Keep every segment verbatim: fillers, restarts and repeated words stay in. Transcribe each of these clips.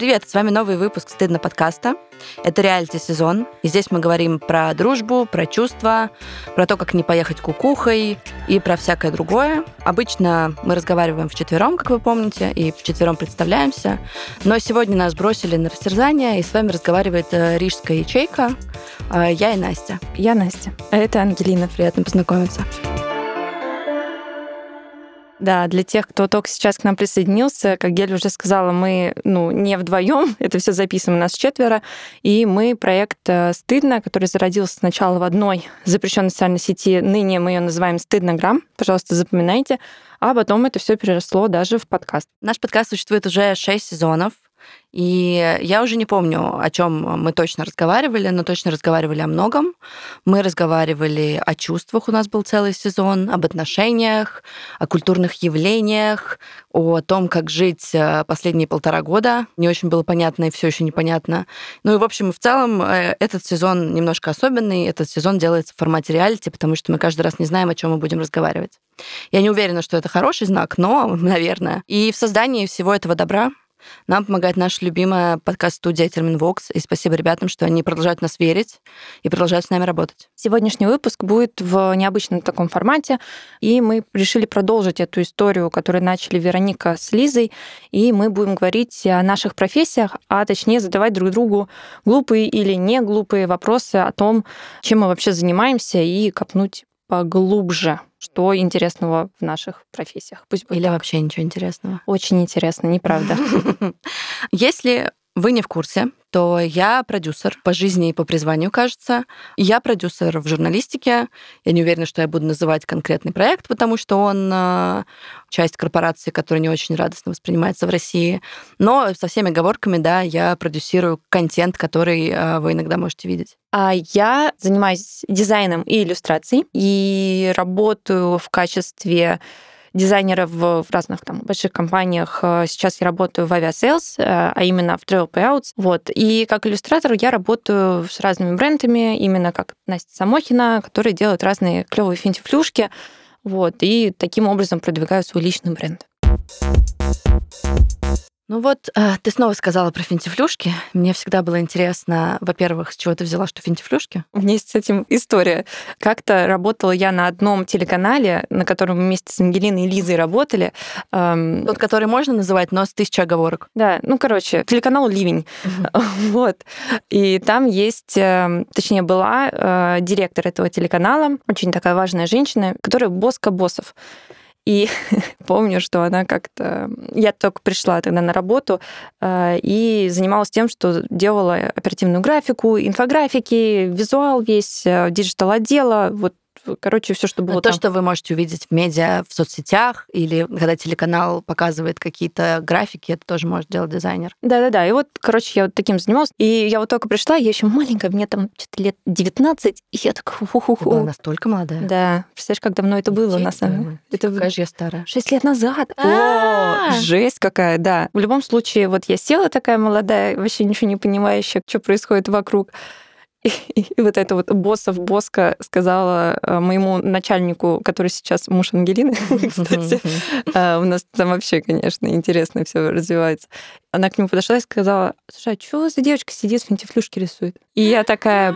Привет, с вами новый выпуск «Стыдно» подкаста. Это реалити-сезон, и здесь мы говорим про дружбу, про чувства, про то, как не поехать кукухой и про всякое другое. Обычно мы разговариваем вчетвером, как вы помните, и вчетвером представляемся, но сегодня нас бросили на растерзание, и с вами разговаривает рижская ячейка, я и Настя. Я Настя, а это Ангелина. Приятно познакомиться. Да, для тех, кто только сейчас к нам присоединился, как Геля уже сказала, мы ну, не вдвоем, это все записано, нас четверо, и мы проект «Стыдно», который зародился сначала в одной запрещенной социальной сети, ныне мы ее называем «Стыднограмм», пожалуйста, запоминайте, а потом это все переросло даже в подкаст. Наш подкаст существует уже шесть сезонов, и я уже не помню, о чем мы точно разговаривали, но точно разговаривали о многом. Мы разговаривали о чувствах, у нас был целый сезон, об отношениях, о культурных явлениях, о том, как жить последние полтора года. Не очень было понятно и все еще непонятно. Ну и, в общем, в целом этот сезон немножко особенный. Этот сезон делается в формате реалити, потому что мы каждый раз не знаем, о чем мы будем разговаривать. Я не уверена, что это хороший знак, но, наверное. И в создании всего этого добра нам помогает наша любимая подкаст-студия Терминвокс. И спасибо ребятам, что они продолжают нас верить и продолжают с нами работать. Сегодняшний выпуск будет в необычном таком формате, и мы решили продолжить эту историю, которую начали Вероника с Лизой, и мы будем говорить о наших профессиях, а точнее задавать друг другу глупые или не глупые вопросы о том, чем мы вообще занимаемся, и копнуть поглубже, что интересного в наших профессиях. Пусть будет Или так. Вообще ничего интересного. Очень интересно, неправда. Если вы не в курсе, то я продюсер по жизни и по призванию, кажется. Я продюсер в журналистике. Я не уверена, что я буду называть конкретный проект, потому что он часть корпорации, которая не очень радостно воспринимается в России. Но со всеми оговорками, да, я продюсирую контент, который вы иногда можете видеть. А я занимаюсь дизайном и иллюстрацией, и работаю в качестве дизайнера в, в разных там больших компаниях. Сейчас я работаю в Aviasales, а именно в Travel Payouts. Вот. И как иллюстратор я работаю с разными брендами, именно как Настя Самохина, которые делают разные клевые финтифлюшки. Вот. И таким образом продвигаю свой личный бренд. Ну вот, ты снова сказала про финтифлюшки. Мне всегда было интересно, во-первых, с чего ты взяла, что финтифлюшки? У меня есть с этим история. Как-то работала я на одном телеканале, на котором мы вместе с Ангелиной и Лизой работали. Тот, который можно называть, но с тысячей оговорок. Да, ну, короче, телеканал «Ливень». Uh-huh. Вот. И там есть, точнее, была директор этого телеканала, очень такая важная женщина, которая босска боссов. И помню, что она как-то... Я только пришла тогда на работу и занималась тем, что делала оперативную графику, инфографики, визуал весь, диджитал-отдела, вот. Короче, все, что было Но там. То, что вы можете увидеть в медиа, в соцсетях, или когда телеканал показывает какие-то графики, это тоже может делать дизайнер. Да-да-да. И вот, короче, я вот таким занималась. И я вот только пришла, я еще маленькая, мне там что-то лет девятнадцать, и я такая ху-ху-ху. Ты была настолько молодая? Да. Представляешь, как давно это было, на самом деле? Это какая же я старая. Шесть лет назад. О, жесть какая, да. В любом случае, вот я села такая молодая, вообще ничего не понимающая, что происходит вокруг. И, и, и вот эта вот боссов босска сказала моему начальнику, который сейчас муж Ангелины, кстати, у нас там вообще, конечно, интересно все развивается. Она к нему подошла и сказала: слушай, а что за девочка сидит, финтифлюшки рисует? И я такая...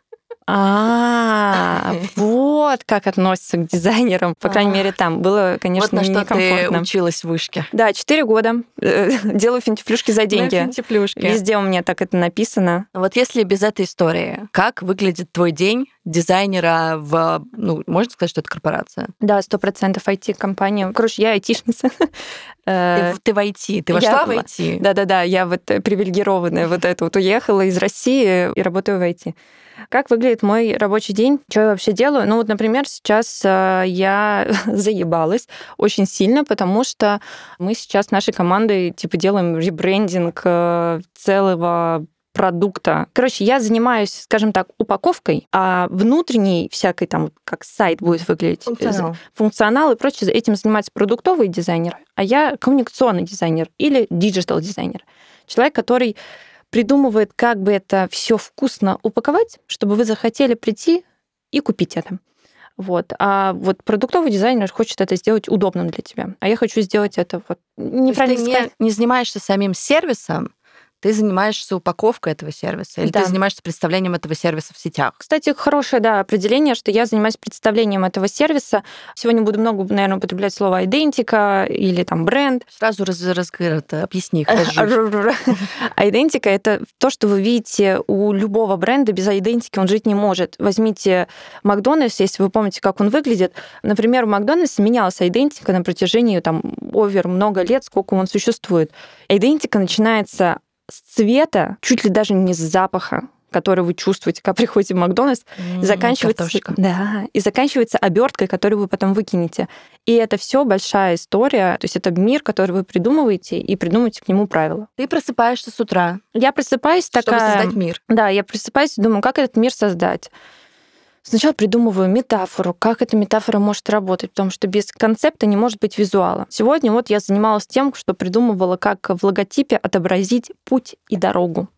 А, вот как относятся к дизайнерам. По крайней мере, там было, конечно, некомфортно. Вот на что ты училась в вышке. Да, четыре года. Делаю финтифлюшки за деньги. Финтифлюшки. Везде у меня так это написано. Вот если без этой истории, как выглядит твой день дизайнера в... Ну, можно сказать, что это корпорация? Да, сто процентов ай ти-компания. Короче, я айтишница. Ты, ты в ай ти, ты вошла я, в ай ти? Да-да-да, я вот привилегированная вот это вот уехала из России и работаю в ай ти. Как выглядит мой рабочий день? Что я вообще делаю? Ну вот, например, сейчас я заебалась очень сильно, потому что мы сейчас с нашей командой типа делаем ребрендинг целого продукта. Короче, я занимаюсь, скажем так, упаковкой, а внутренней всякой там, как сайт будет выглядеть, функционал, функционал и прочее, этим занимается продуктовый дизайнер, а я коммуникационный дизайнер или диджитал-дизайнер. Человек, который придумывает, как бы это все вкусно упаковать, чтобы вы захотели прийти и купить это. Вот. А вот продуктовый дизайнер хочет это сделать удобным для тебя. А я хочу сделать это вот неправильно ты сказать. Не, не занимаешься самим сервисом, Ты занимаешься упаковкой этого сервиса, или Да. ты занимаешься представлением этого сервиса в сетях? Кстати, хорошее, да, определение, что я занимаюсь представлением этого сервиса. Сегодня буду много, наверное, употреблять слово идентика или там бренд. Сразу раз, раз, это, объясни, хожу. А идентика — это то, что вы видите у любого бренда. Без идентики он жить не может. Возьмите Макдональдс, если вы помните, как он выглядит. Например, в Макдональдсе менялась идентика на протяжении там овер много лет, сколько он существует. Идентика начинается с цвета, чуть ли даже не с запаха, который вы чувствуете, когда приходите в Макдональдс, М, и заканчивается, картошка. да, и заканчивается оберткой, которую вы потом выкинете. И это все большая история, то есть это мир, который вы придумываете, и придумываете к нему правила. Ты просыпаешься с утра, Я просыпаюсь чтобы такая... создать мир. Да, я просыпаюсь и думаю, как этот мир создать. Сначала придумываю метафору, как эта метафора может работать, потому что без концепта не может быть визуала. Сегодня вот я занималась тем, что придумывала, как в логотипе отобразить путь и дорогу.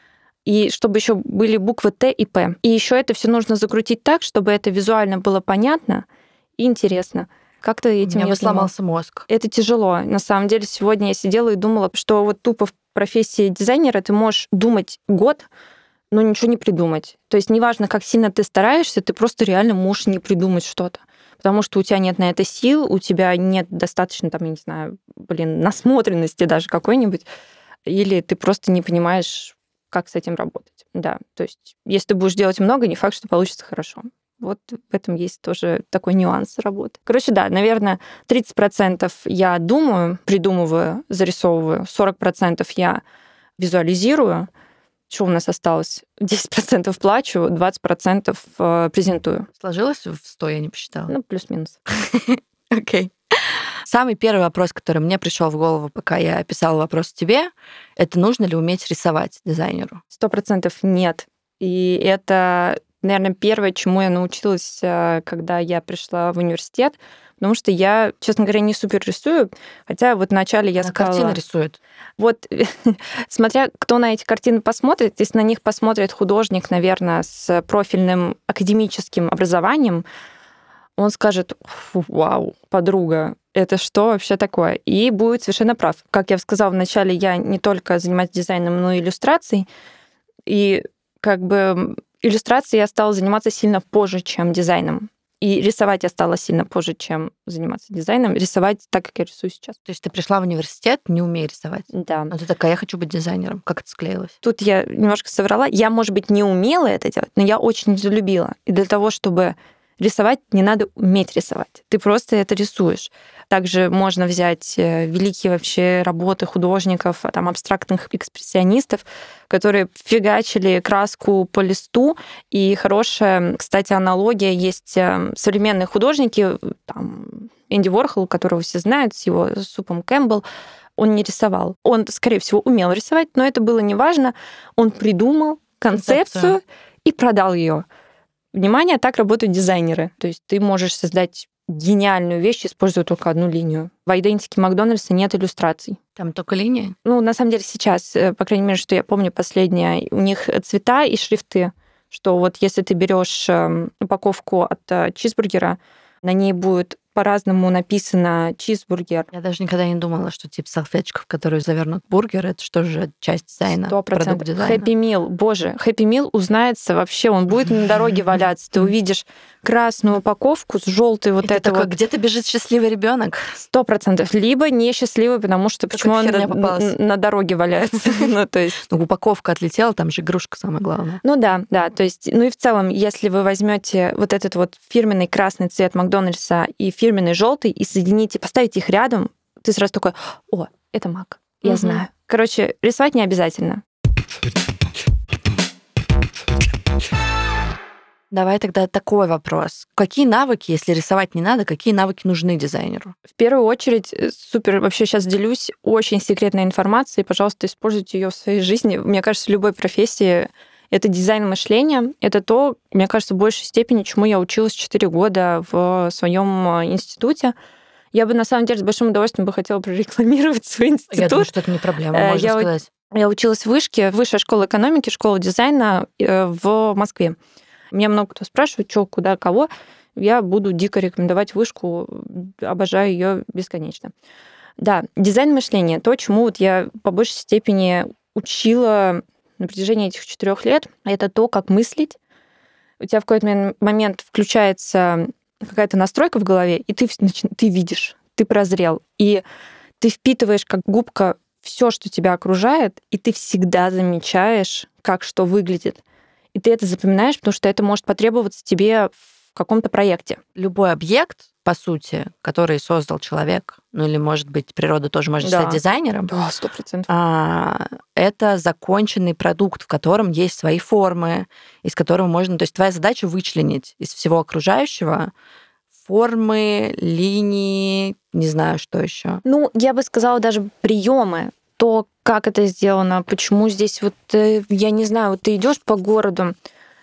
И чтобы еще были буквы Т и П. И еще это все нужно закрутить так, чтобы это визуально было понятно и интересно. Как-то У этим меня я бы занималась. сломался мозг. Это тяжело. На самом деле, сегодня я сидела и думала, что вот тупо в профессии дизайнера ты можешь думать год, но ничего не придумать. То есть неважно, как сильно ты стараешься, ты просто реально можешь не придумать что-то. Потому что у тебя нет на это сил, у тебя нет достаточно, там, я не знаю, блин, насмотренности даже какой-нибудь, или ты просто не понимаешь, как с этим работать. Да, то есть если ты будешь делать много, не факт, что получится хорошо. Вот в этом есть тоже такой нюанс работы. Короче, да, наверное, тридцать процентов я думаю, придумываю, зарисовываю, сорок процентов я визуализирую. Что у нас осталось? десять процентов плачу, двадцать процентов презентую. Сложилось в сто, я не посчитала. Ну, плюс-минус. Окей. Самый первый вопрос, который мне пришел в голову, пока я писала вопрос тебе, это нужно ли уметь рисовать дизайнеру? Сто процентов нет. И это, наверное, первое, чему я научилась, когда я пришла в университет, потому что я, честно говоря, не супер рисую, хотя вот вначале я На сказала... картины рисует. Вот, смотря кто на эти картины посмотрит, если на них посмотрит художник, наверное, с профильным академическим образованием, он скажет: «Фу, вау, подруга, это что вообще такое?» И будет совершенно прав. Как я сказала вначале, я не только занимаюсь дизайном, но и иллюстрацией. И как бы иллюстрацией я стала заниматься сильно позже, чем дизайном. И рисовать я стала сильно позже, чем заниматься дизайном. Рисовать так, как я рисую сейчас. То есть ты пришла в университет, не умея рисовать? Да. Но ты такая, я хочу быть дизайнером. Как это склеилось? Тут я немножко соврала. Я, может быть, не умела это делать, но я очень это любила. И для того, чтобы рисовать, не надо уметь рисовать. Ты просто это рисуешь. Также можно взять великие вообще работы художников, там, абстрактных экспрессионистов, которые фигачили краску по листу. И хорошая, кстати, аналогия есть современные художники, там, Энди Уорхол, которого все знают, с его супом Кэмпбелл, он не рисовал. Он, скорее всего, умел рисовать, но это было неважно. Он придумал концепцию, концепцию. И продал ее. Внимание, так работают дизайнеры. То есть ты можешь создать гениальную вещь, используя только одну линию. В идентике Макдональдса нет иллюстраций. Там только линии? Ну, на самом деле сейчас, по крайней мере, что я помню последнее, у них цвета и шрифты. Что вот если ты берешь упаковку от чизбургера, на ней будет по-разному написано чизбургер. Я даже никогда не думала, что тип салфеточка, в которую завернут бургер, это что же часть дизайна, продукт дизайна. Happy Meal, боже, Happy Meal узнается вообще, он будет на дороге валяться. Ты увидишь красную упаковку с желтой вот это вот. Где-то бежит счастливый ребенок. Сто процентов. Либо несчастливый, потому что почему он на, на дороге валяется. Ну, то есть... Ну, упаковка отлетела, там же игрушка самое главное. Ну да, да. То есть, ну и в целом, если вы возьмете вот этот вот фирменный красный цвет Макдональдса и фирменный желтый и соедините, поставите их рядом, ты сразу такой: о, это Мак, я угу. знаю. Короче, рисовать не обязательно. Давай тогда такой вопрос. Какие навыки, если рисовать не надо, какие навыки нужны дизайнеру? В первую очередь, супер, вообще сейчас делюсь очень секретной информацией, пожалуйста, используйте ее в своей жизни. Мне кажется, в любой профессии это дизайн мышления. Это то, мне кажется, в большей степени, чему я училась четыре года в своем институте. Я бы, на самом деле, с большим удовольствием бы хотела прорекламировать свой институт. Я думаю, что это не проблема, можно я, сказать. Я училась в Вышке, Высшая школа экономики, школа дизайна в Москве. Меня много кто спрашивает, что, куда, кого. Я буду дико рекомендовать Вышку, обожаю ее бесконечно. Да, дизайн мышления, то, чему вот я по большей степени учила на протяжении этих четырех лет, это то, как мыслить. У тебя в какой-то момент включается какая-то настройка в голове, и ты, ты видишь, ты прозрел, и ты впитываешь как губка все, что тебя окружает, и ты всегда замечаешь, как что выглядит. И ты это запоминаешь, потому что это может потребоваться тебе в каком-то проекте. Любой объект, по сути, который создал человек, ну или, может быть, природа тоже может Да. стать дизайнером. Да, сто процентов. А, это законченный продукт, в котором есть свои формы, из которого можно... То есть твоя задача вычленить из всего окружающего формы, линии, не знаю, что еще. Ну, я бы сказала, даже приемы, то, как это сделано, почему здесь вот, я не знаю, вот ты идешь по городу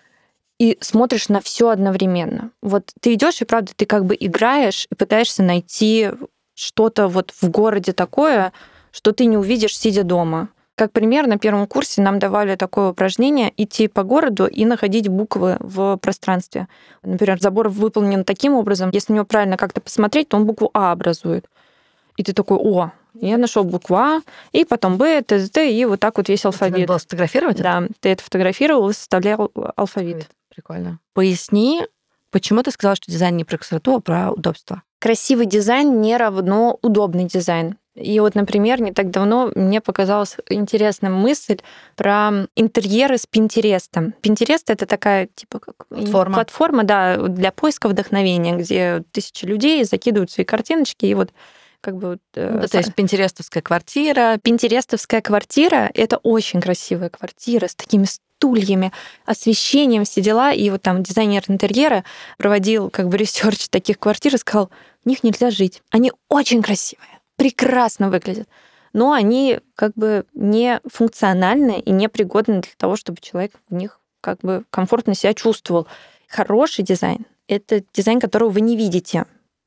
и смотришь на все одновременно. Вот ты идешь и, правда, ты как бы играешь и пытаешься найти что-то вот в городе такое, что ты не увидишь, сидя дома. Как пример, на первом курсе нам давали такое упражнение идти по городу и находить буквы в пространстве. Например, забор выполнен таким образом, если на него правильно как-то посмотреть, то он букву А образует. И ты такой: о, я нашел букву А, и потом Б, Т, Т, и вот так вот весь алфавит. Тебе надо было сфотографировать это? Да, ты это фотографировал и составлял алфавит. Прикольно. Поясни, почему ты сказала, что дизайн не про красоту, а про удобство? Красивый дизайн не равно удобный дизайн. И вот, например, не так давно мне показалась интересная мысль про интерьеры с Пинтерестом. Пинтерест — это такая, типа, как платформа, платформа, да, для поиска вдохновения, где тысячи людей закидывают свои картиночки, и вот как бы... Да, то есть пинтерестовская квартира. Пинтерестовская квартира — это очень красивая квартира с такими стульями, освещением, все дела. И вот там дизайнер интерьера проводил как бы ресерч таких квартир и сказал: в них нельзя жить. Они очень красивые, прекрасно выглядят, но они как бы не функциональны и не пригодны для того, чтобы человек в них как бы комфортно себя чувствовал. Хороший дизайн — это дизайн, которого вы не видите,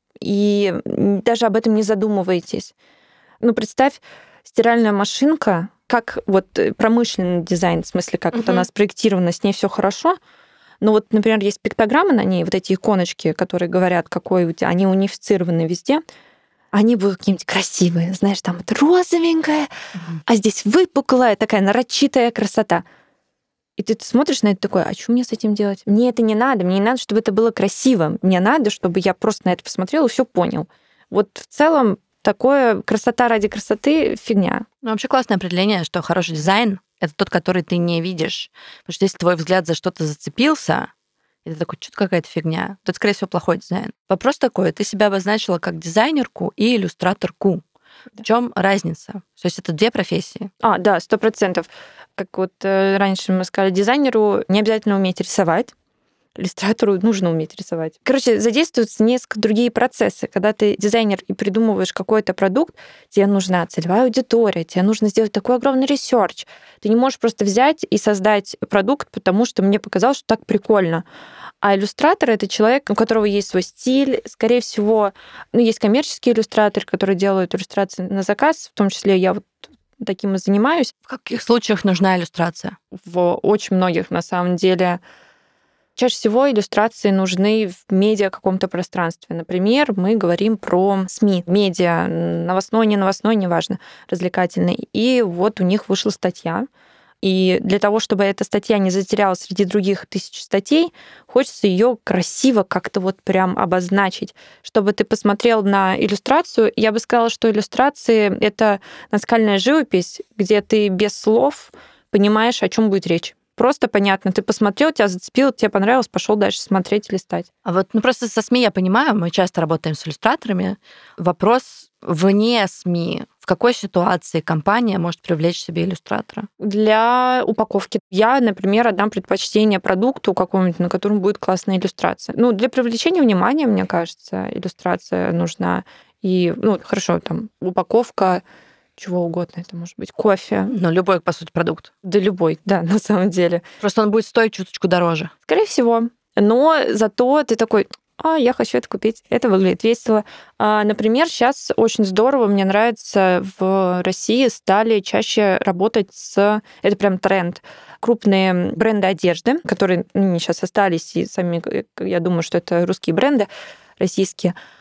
и даже об этом не задумываетесь. Ну, представь, стиральная машинка, как вот промышленный дизайн, в смысле, как uh-huh. вот она спроектирована, с ней все хорошо, но вот, например, есть пиктограммы на ней, вот эти иконочки, которые говорят, какой у тебя, они унифицированы везде, они будут какие-нибудь красивые, знаешь, там вот розовенькая, uh-huh. а здесь выпуклая, такая нарочитая красота. И ты смотришь на это такой: а что мне с этим делать? Мне это не надо, мне не надо, чтобы это было красиво. Мне надо, чтобы я просто на это посмотрел и все понял. Вот в целом такое красота ради красоты — фигня. Ну, вообще классное определение, что хороший дизайн — это тот, который ты не видишь. Потому что если твой взгляд за что-то зацепился, и ты такой: что-то какая-то фигня, то это, скорее всего, плохой дизайн. Вопрос такой: ты себя обозначила как дизайнерку и иллюстраторку. В чем разница? То есть это две профессии. А, да, сто процентов. Как вот э, раньше мы сказали, дизайнеру не обязательно уметь рисовать, иллюстратору нужно уметь рисовать. Короче, задействуются несколько другие процессы. Когда ты дизайнер и придумываешь какой-то продукт, тебе нужна целевая аудитория, тебе нужно сделать такой огромный ресерч. Ты не можешь просто взять и создать продукт, потому что мне показалось, что так прикольно. А иллюстратор — это человек, у которого есть свой стиль. Скорее всего, ну, есть коммерческие иллюстраторы, которые делают иллюстрации на заказ, в том числе я вот таким и занимаюсь. В каких случаях нужна иллюстрация? В очень многих, на самом деле. Чаще всего иллюстрации нужны в медиа каком-то пространстве. Например, мы говорим про СМИ, медиа, новостной, не новостной, неважно, развлекательный. И вот у них вышла статья. И для того, чтобы эта статья не затерялась среди других тысяч статей, хочется ее красиво как-то вот прям обозначить. Чтобы ты посмотрел на иллюстрацию, я бы сказала, что иллюстрации — это наскальная живопись, где ты без слов понимаешь, о чем будет речь. Просто понятно. Ты посмотрел, тебя зацепило, тебе понравилось, пошел дальше смотреть, листать. А вот, ну просто со СМИ я понимаю, мы часто работаем с иллюстраторами. Вопрос вне СМИ. В какой ситуации компания может привлечь себе иллюстратора? Для упаковки. Я, например, отдам предпочтение продукту какому-нибудь, на котором будет классная иллюстрация. Ну, для привлечения внимания, мне кажется, иллюстрация нужна. И, ну, хорошо, там, упаковка чего угодно. Это может быть кофе. Ну, любой, по сути, продукт. Да любой, да, на самом деле. Просто он будет стоить чуточку дороже. Скорее всего. Но зато ты такой: а, я хочу это купить, это выглядит весело. А, например, сейчас очень здорово, мне нравится, в России стали чаще работать с... Это прям тренд. Крупные бренды одежды, которые ну, сейчас остались, и сами, я думаю, что это русские бренды, российские,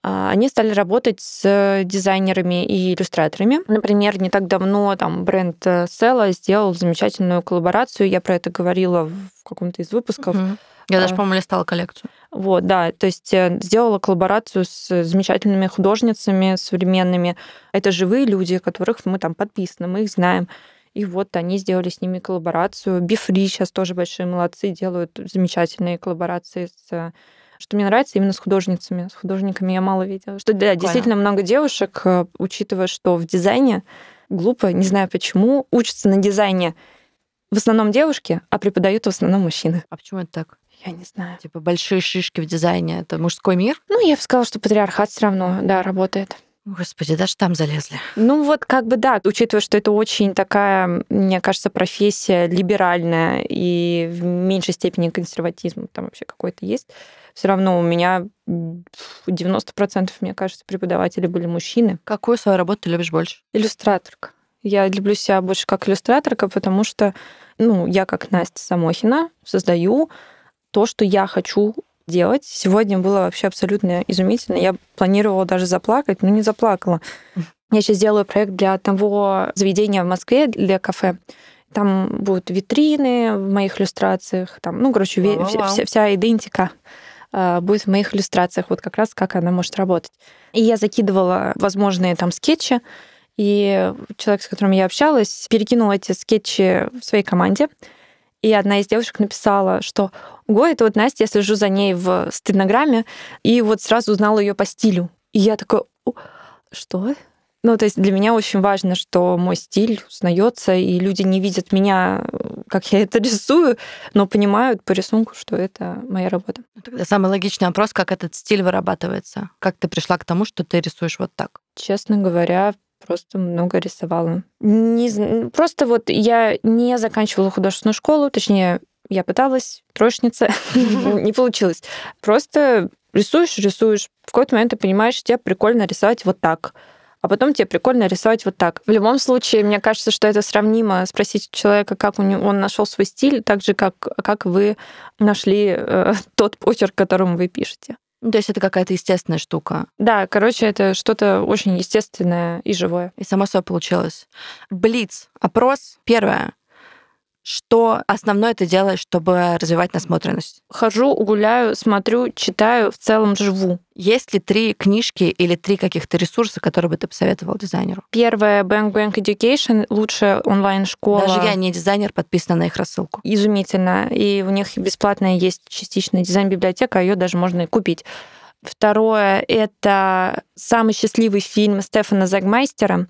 они стали работать с дизайнерами и иллюстраторами. Например, не так давно там бренд Sella сделал замечательную коллаборацию. Я про это говорила в каком-то из выпусков. Угу. Я даже, по-моему, листала коллекцию. Вот, да, то есть сделала коллаборацию с замечательными художницами современными. Это живые люди, которых мы там подписаны, мы их знаем. И вот они сделали с ними коллаборацию. Be Free сейчас тоже большие молодцы, делают замечательные коллаборации с... Что мне нравится именно с художницами. С художниками я мало видела. Что, да, действительно много девушек, учитывая, что в дизайне глупо, не знаю почему, учатся на дизайне в основном девушки, а преподают в основном мужчины. А почему это так? Я не знаю. Типа большие шишки в дизайне — это мужской мир? Ну, я бы сказала, что патриархат все равно, да, работает. Господи, даже там залезли. Ну вот как бы да, учитывая, что это очень такая, мне кажется, профессия либеральная и в меньшей степени консерватизм там вообще какой-то есть, все равно у меня девяносто процентов, мне кажется, преподаватели были мужчины. Какую свою работу ты любишь больше? Иллюстраторка. Я люблю себя больше как иллюстраторка, потому что, ну, я как Настя Самохина создаю то, что я хочу делать. Сегодня было вообще абсолютно изумительно. Я планировала даже заплакать, но не заплакала. Я сейчас делаю проект для одного заведения в Москве, для кафе. Там будут витрины в моих иллюстрациях. Там, ну, короче, ве- вся, вся идентика будет в моих иллюстрациях. Вот как раз как она может работать. И я закидывала возможные там скетчи. И человек, с которым я общалась, перекинул эти скетчи в своей команде. И одна из девушек написала, что «Ого, это вот Настя, я слежу за ней в стенограмме», и вот сразу узнала ее по стилю. И я такой, что? Ну, то есть для меня очень важно, что мой стиль узнается, и люди не видят меня, как я это рисую, но понимают по рисунку, что это моя работа. Тогда самый логичный вопрос, как этот стиль вырабатывается? Как ты пришла к тому, что ты рисуешь вот так? Честно говоря, просто много рисовала. Не, просто вот я не заканчивала художественную школу, точнее, я пыталась, троечница, не получилось. Просто рисуешь, рисуешь. В какой-то момент ты понимаешь, тебе прикольно рисовать вот так, а потом тебе прикольно рисовать вот так. В любом случае, мне кажется, что это сравнимо спросить у человека, как у него, он нашел свой стиль, так же, как, как вы нашли э, тот почерк, которым вы пишете. Ну, то есть это какая-то естественная штука. Да, короче, это что-то очень естественное и живое. И само собой получилось. Блиц. Опрос. Первое. Что основное ты делаешь, чтобы развивать насмотренность? Хожу, гуляю, смотрю, читаю, в целом живу. Есть ли три книжки или три каких-то ресурса, которые бы ты посоветовал дизайнеру? Первое — Bang Bang Education, лучшая онлайн-школа. Даже я не дизайнер, подписана на их рассылку. Изумительно. И у них бесплатная есть частичная дизайн-библиотека, ее даже можно и купить. Второе — это самый счастливый фильм Стефана Загмайстера.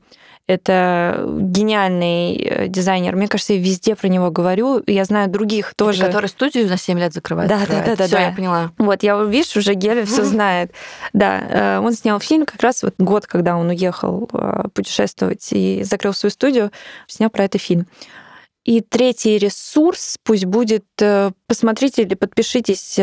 Это гениальный дизайнер. Мне кажется, я везде про него говорю. Я знаю других тоже. Это который студию на семь лет закрывает? Да, да, да, да. Всё, да. я поняла. Вот, я, видишь, уже Геля все знает. Да, он снял фильм как раз вот год, когда он уехал путешествовать и закрыл свою студию, снял про это фильм. И третий ресурс пусть будет, посмотрите или подпишитесь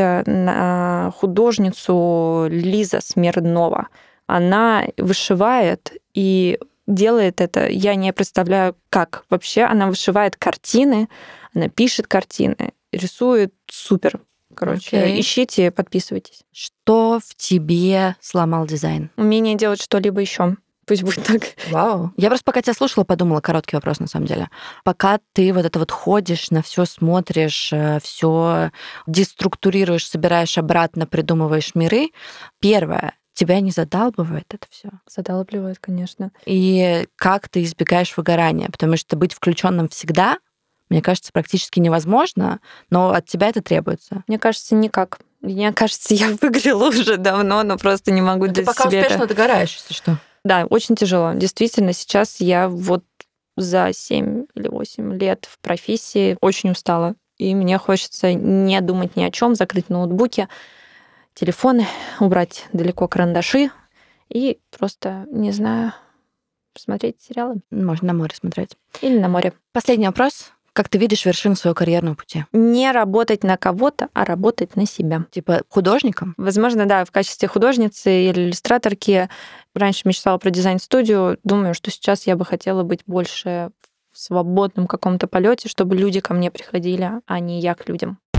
на художницу Лиза Смирнова. Она вышивает и делает это, я не представляю, как вообще. Она вышивает картины, она пишет картины, рисует супер. Короче, okay. Ищите, подписывайтесь. Что в тебе сломал дизайн? Умение делать что-либо еще. Пусть будет так. Вау. Я просто пока тебя слушала, подумала, короткий вопрос на самом деле. Пока ты вот это вот ходишь, на все смотришь, все деструктурируешь, собираешь обратно, придумываешь миры, первое, тебя не задалбывает это все? Задалбливает, конечно. И как ты избегаешь выгорания? Потому что быть включенным всегда, мне кажется, практически невозможно, но от тебя это требуется. Мне кажется, никак. Мне кажется, я выгорела уже давно, но просто не могу но для себя. Ты пока себе успешно это... догораешь, если что. Да, очень тяжело. Действительно, сейчас я вот за семь или восемь лет в профессии очень устала. И мне хочется не думать ни о чем, закрыть ноутбуки, телефоны, убрать далеко карандаши и просто, не знаю, смотреть сериалы. Можно на море смотреть. Или на море. Последний вопрос. Как ты видишь вершину своего карьерного пути? Не работать на кого-то, а работать на себя. Типа художником? Возможно, да, в качестве художницы или иллюстраторки. Раньше мечтала про дизайн-студию. Думаю, что сейчас я бы хотела быть больше в свободном каком-то полете, чтобы люди ко мне приходили, а не я к людям.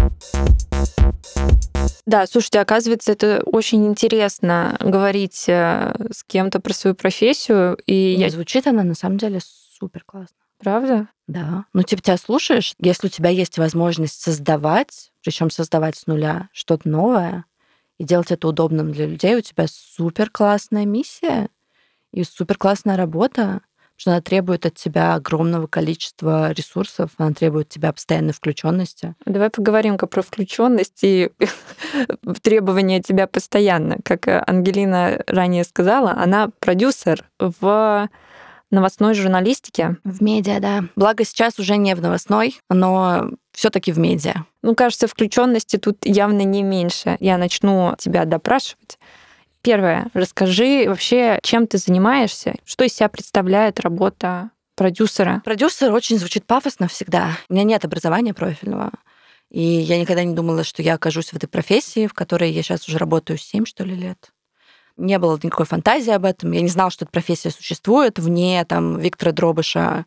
Да, слушайте, оказывается, это очень интересно говорить э, с кем-то про свою профессию. И Ну, я... звучит она на самом деле супер классно. Правда? Да. Ну, типа, тебя слушаешь, если у тебя есть возможность создавать, причем создавать с нуля что-то новое, и делать это удобным для людей, у тебя супер классная миссия и супер классная работа, потому что она требует от тебя огромного количества ресурсов, она требует от тебя постоянной включенности. Давай поговорим-ка про включенность и требования тебя постоянно. Как Ангелина ранее сказала, она продюсер в новостной журналистике. В медиа, да. Благо сейчас уже не в новостной, но все-таки в медиа. Ну, кажется, включенности тут явно не меньше. Я начну тебя допрашивать. Первое. Расскажи вообще, чем ты занимаешься, что из себя представляет работа продюсера. Продюсер очень звучит пафосно всегда. У меня нет образования профильного. И я никогда не думала, что я окажусь в этой профессии, в которой я сейчас уже работаю семь, что ли, лет. Не было никакой фантазии об этом. Я не знала, что эта профессия существует вне там Виктора Дробыша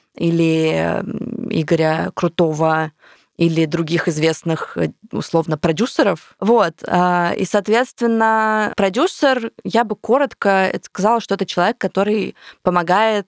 или Игоря Крутого или других известных, условно, продюсеров. Вот. И, соответственно, продюсер, я бы коротко сказала, что это человек, который помогает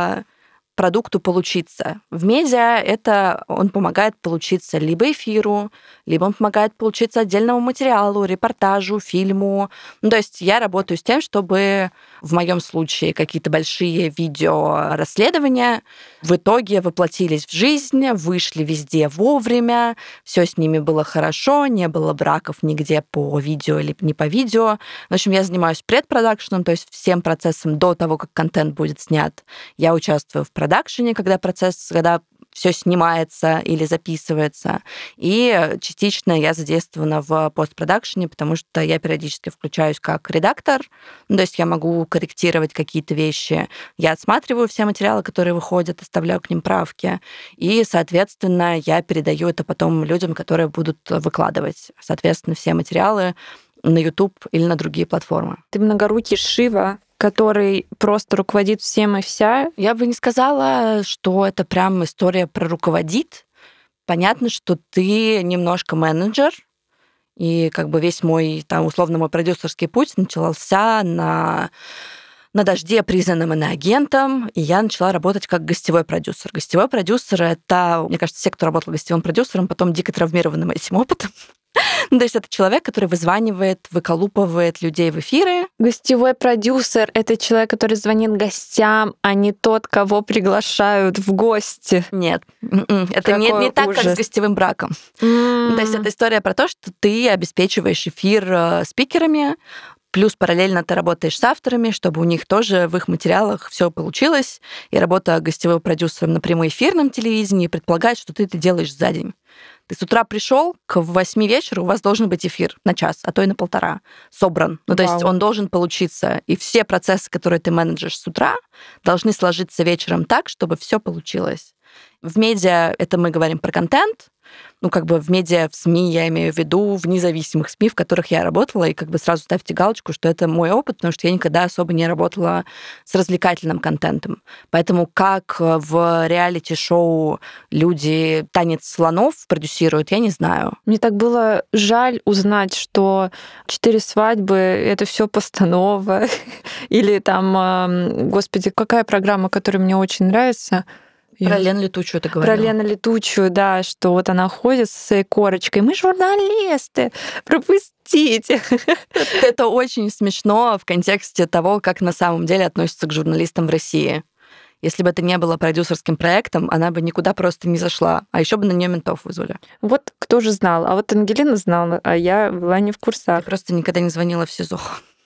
продукту получиться. В медиа это он помогает получиться либо эфиру, либо он помогает получиться отдельному материалу, репортажу, фильму. Ну, то есть я работаю с тем, чтобы в моем случае какие-то большие видеорасследования в итоге воплотились в жизнь, вышли везде вовремя, все с ними было хорошо, не было браков нигде по видео или не по видео. В общем, я занимаюсь предпродакшеном, то есть всем процессом до того, как контент будет снят. Я участвую в продакшене, когда процесс, когда все снимается или записывается. И частично я задействована в постпродакшене, потому что я периодически включаюсь как редактор. Ну, то есть я могу корректировать какие-то вещи. Я отсматриваю все материалы, которые выходят, оставляю к ним правки. И, соответственно, я передаю это потом людям, которые будут выкладывать, соответственно, все материалы на YouTube или на другие платформы. Ты многорукий Шива, который просто руководит всем и вся. Я бы не сказала, что это прям история про руководит. Понятно, что ты немножко менеджер, и как бы весь мой, там, условно, мой продюсерский путь начался на, на «Дожде», признанным иноагентом, и я начала работать как гостевой продюсер. Гостевой продюсер — это, мне кажется, все, кто работал гостевым продюсером, потом дико травмированным этим опытом. Ну, то есть это человек, который вызванивает, выколупывает людей в эфиры. Гостевой продюсер — это человек, который звонит гостям, а не тот, кого приглашают в гости. Нет, это не, не так, как с гостевым браком. Mm. То есть это история про то, что ты обеспечиваешь эфир спикерами, плюс параллельно ты работаешь с авторами, чтобы у них тоже в их материалах все получилось. И работа гостевым продюсером на прямоэфирном телевидении предполагает, что ты это делаешь за день. Ты с утра пришел, к восьми вечера у вас должен быть эфир на час, а то и на полтора собран. Ну, то Вау. есть он должен получиться. И все процессы, которые ты менеджешь с утра, должны сложиться вечером так, чтобы все получилось. В медиа это мы говорим про контент. Ну, как бы в медиа, в СМИ я имею в виду, в независимых СМИ, в которых я работала, и как бы сразу ставьте галочку, что это мой опыт, потому что я никогда особо не работала с развлекательным контентом. Поэтому как в реалити-шоу люди «Танец слонов» продюсируют, я не знаю. Мне так было жаль узнать, что «Четыре свадьбы» — это все постанова. Или там, господи, какая программа, которая мне очень нравится — Про Лену Летучую ты говорила. Про Лену Летучую, да, что вот она ходит со своей корочкой. Мы журналисты, пропустите. Это очень смешно в контексте того, как на самом деле относятся к журналистам в России. Если бы это не было продюсерским проектом, она бы никуда просто не зашла. А еще бы на нее ментов вызвали. Вот кто же знал. А вот Ангелина знала, а я была не в курсах. Я просто никогда не звонила в СИЗО.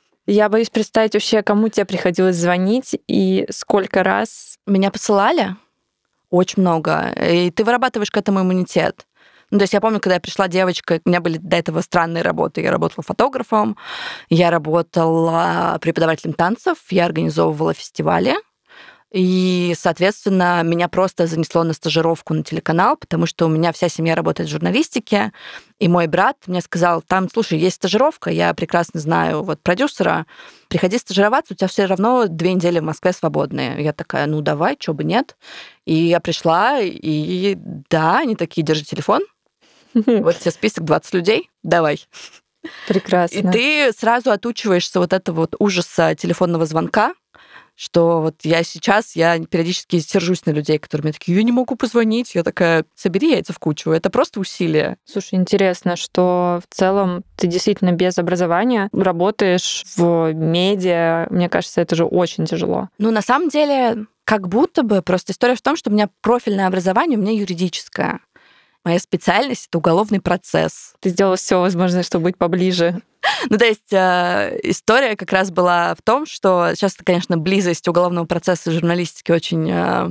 Я боюсь представить вообще, кому тебе приходилось звонить и сколько раз. Меня посылали. Очень много. И ты вырабатываешь к этому иммунитет. Ну, то есть я помню, когда я пришла девочкой, у меня были до этого странные работы. Я работала фотографом, я работала преподавателем танцев, я организовывала фестивали. И, соответственно, меня просто занесло на стажировку на телеканал, потому что у меня вся семья работает в журналистике, и мой брат мне сказал, там, слушай, есть стажировка, я прекрасно знаю вот продюсера, приходи стажироваться, у тебя все равно две недели в Москве свободные. Я такая, ну давай, чё бы нет. И я пришла, и да, они такие, держи телефон. Вот тебе список двадцать людей, давай. Прекрасно. И ты сразу отучиваешься вот этого вот ужаса телефонного звонка, что вот я сейчас, я периодически сержусь на людей, которые мне такие, я не могу позвонить. Я такая, собери яйца в кучу. Это просто усилие. Слушай, интересно, что в целом ты действительно без образования работаешь в медиа. Мне кажется, это же очень тяжело. Ну, на самом деле, как будто бы просто история в том, что у меня профильное образование, у меня юридическое. Моя специальность — это уголовный процесс. Ты сделала все возможное, чтобы быть поближе. Ну, то есть э, история как раз была в том, что сейчас, конечно, близость уголовного процесса и журналистики очень э,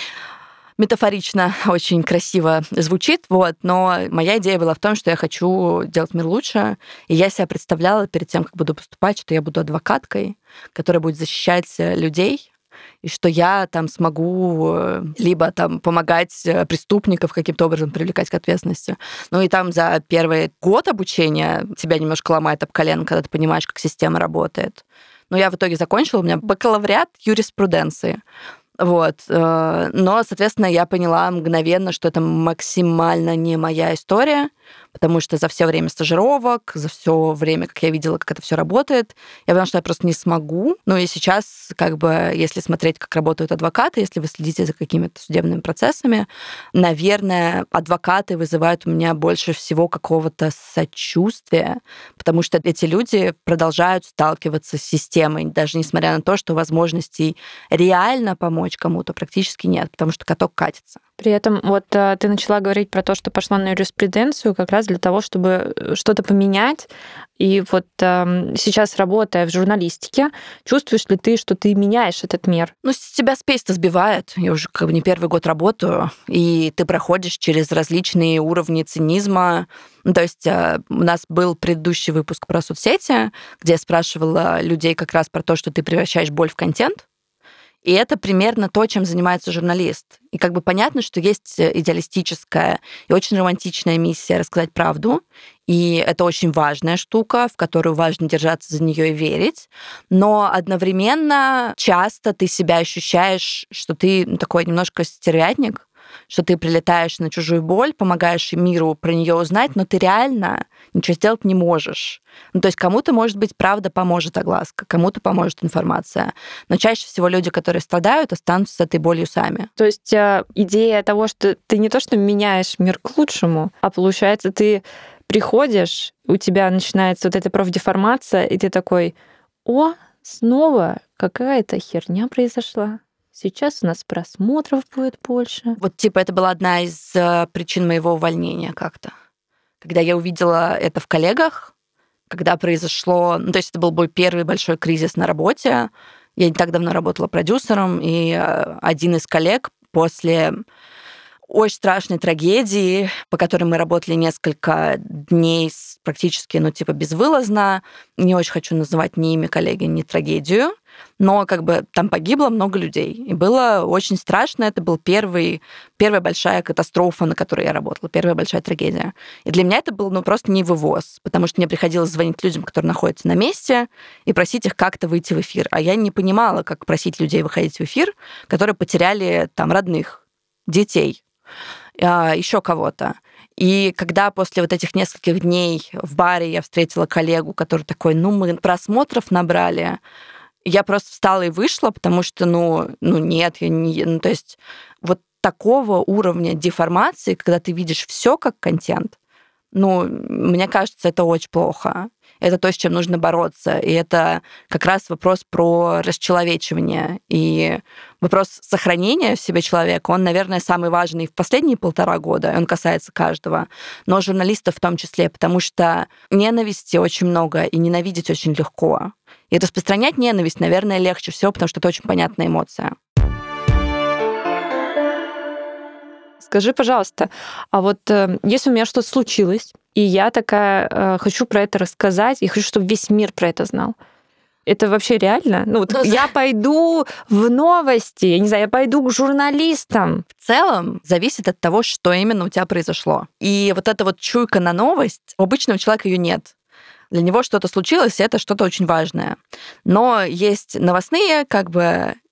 метафорично, очень красиво звучит, вот, но моя идея была в том, что я хочу делать мир лучше, и я себя представляла перед тем, как буду поступать, что я буду адвокаткой, которая будет защищать людей, и что я там смогу либо там помогать преступников каким-то образом привлекать к ответственности. Ну и там за первый год обучения тебя немножко ломает об колено, когда ты понимаешь, как система работает. Но я в итоге закончила, у меня бакалавриат юриспруденции. Вот. Но, соответственно, я поняла мгновенно, что это максимально не моя история, потому что за все время стажировок, за все время, как я видела, как это все работает, я поняла, что я просто не смогу. Ну и сейчас, как бы, если смотреть, как работают адвокаты, если вы следите за какими-то судебными процессами, наверное, адвокаты вызывают у меня больше всего какого-то сочувствия, потому что эти люди продолжают сталкиваться с системой, даже несмотря на то, что возможностей реально помочь кому-то практически нет, потому что каток катится. При этом вот ты начала говорить про то, что пошла на юриспруденцию как раз для того, чтобы что-то поменять. И вот э, сейчас, работая в журналистике, чувствуешь ли ты, что ты меняешь этот мир? Ну, с тебя спейс-то сбивает. Я уже как бы не первый год работаю, и ты проходишь через различные уровни цинизма. Ну, то есть э, у нас был предыдущий выпуск про соцсети, где я спрашивала людей как раз про то, что ты превращаешь боль в контент. И это примерно то, чем занимается журналист. И как бы понятно, что есть идеалистическая и очень романтичная миссия рассказать правду, и это очень важная штука, в которую важно держаться за нее и верить. Но одновременно часто ты себя ощущаешь, что ты такой немножко стервятник, что ты прилетаешь на чужую боль, помогаешь миру про нее узнать, но ты реально ничего сделать не можешь. Ну, то есть кому-то, может быть, правда поможет огласка, кому-то поможет информация. Но чаще всего люди, которые страдают, останутся с этой болью сами. То есть идея того, что ты не то что меняешь мир к лучшему, а получается, ты приходишь, у тебя начинается вот эта профдеформация, и ты такой: о, снова какая-то херня произошла. Сейчас у нас просмотров будет больше. Вот типа это была одна из причин моего увольнения как-то. Когда я увидела это в коллегах, когда произошло... Ну, то есть это был мой первый большой кризис на работе. Я не так давно работала продюсером, и один из коллег после очень страшной трагедии, по которой мы работали несколько дней практически, ну, типа безвылазно. Не очень хочу называть ни имя коллеги, ни трагедию, но как бы там погибло много людей. И было очень страшно. Это была первый, первая большая катастрофа, на которой я работала, первая большая трагедия. И для меня это был ну, просто не вывоз, потому что мне приходилось звонить людям, которые находятся на месте, и просить их как-то выйти в эфир. А я не понимала, как просить людей выходить в эфир, которые потеряли там родных, детей, еще кого-то. И когда после вот этих нескольких дней в баре я встретила коллегу, который такой, ну, мы просмотров набрали, я просто встала и вышла, потому что, ну, ну нет, я не... Ну, то есть вот такого уровня деформации, когда ты видишь все как контент, ну, мне кажется, это очень плохо. Это то, с чем нужно бороться. И это как раз вопрос про расчеловечивание. И вопрос сохранения в себе человека, он, наверное, самый важный в последние полтора года, и он касается каждого, но журналистов в том числе, потому что ненависти очень много, и ненавидеть очень легко. И распространять ненависть, наверное, легче всего, потому что это очень понятная эмоция. Скажи, пожалуйста, а вот э, если у меня что-то случилось, и я такая э, хочу про это рассказать, и хочу, чтобы весь мир про это знал, это вообще реально? Ну, вот я пойду в новости, я не знаю, я пойду к журналистам. В целом зависит от того, что именно у тебя произошло. И вот эта вот чуйка на новость, у обычного человека ее нет. Для него что-то случилось, и это что-то очень важное. Но есть новостные как бы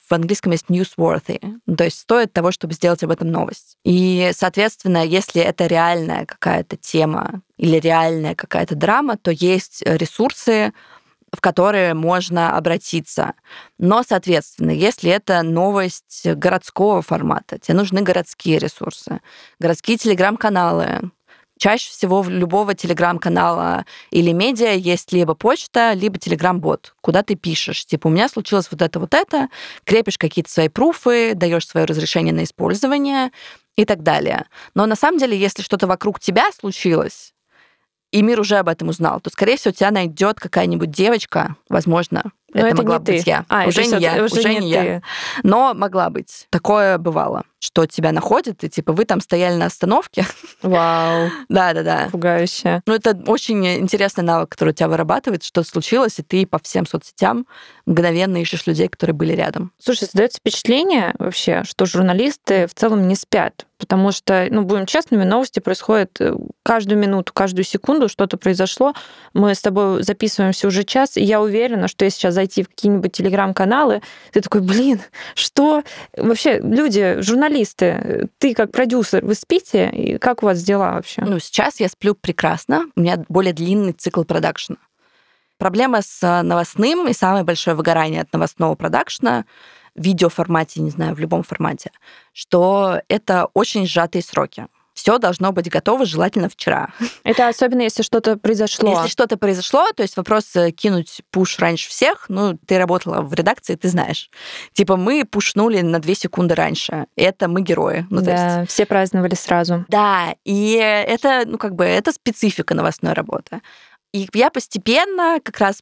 в английском есть newsworthy, то есть стоит того, чтобы сделать об этом новость. И, соответственно, если это реальная какая-то тема или реальная какая-то драма, то есть ресурсы, в которые можно обратиться. Но, соответственно, если это новость городского формата, тебе нужны городские ресурсы, городские телеграм-каналы. Чаще всего в любого телеграм-канала или медиа есть либо почта, либо телеграм-бот, куда ты пишешь, типа, у меня случилось вот это, вот это, крепишь какие-то свои пруфы, даешь свое разрешение на использование и так далее. Но на самом деле, если что-то вокруг тебя случилось, и мир уже об этом узнал, то, скорее всего, тебя найдет какая-нибудь девочка, возможно, это, это могла быть ты. я. А, уже не я, уже, уже не, не я. Но могла быть. Такое бывало, что тебя находят, и типа вы там стояли на остановке. Вау. Да-да-да. Пугающе. Ну, это очень интересный навык, который у тебя вырабатывает, что-то случилось, и ты по всем соцсетям мгновенно ищешь людей, которые были рядом. Слушай, создается впечатление вообще, что журналисты в целом не спят, потому что, ну, будем честными, новости происходят каждую минуту, каждую секунду, что-то произошло. Мы с тобой записываемся уже час, и я уверена, что если сейчас зайти в какие-нибудь телеграм-каналы, ты такой, блин, что? Вообще, люди, журналисты, ты как продюсер, вы спите? И как у вас дела вообще? Ну, сейчас я сплю прекрасно. У меня более длинный цикл продакшена. Проблема с новостным и самое большое выгорание от новостного продакшена в видеоформате, не знаю, в любом формате, что это очень сжатые сроки. Все должно быть готово, желательно вчера. Это особенно, если что-то произошло. Если что-то произошло, то есть вопрос кинуть пуш раньше всех, ну, ты работала в редакции, ты знаешь. Типа мы пушнули на две секунды раньше. Это мы герои. Ну, да, то есть... все праздновали сразу. Да, и это, ну, как бы, это специфика новостной работы. И я постепенно, как раз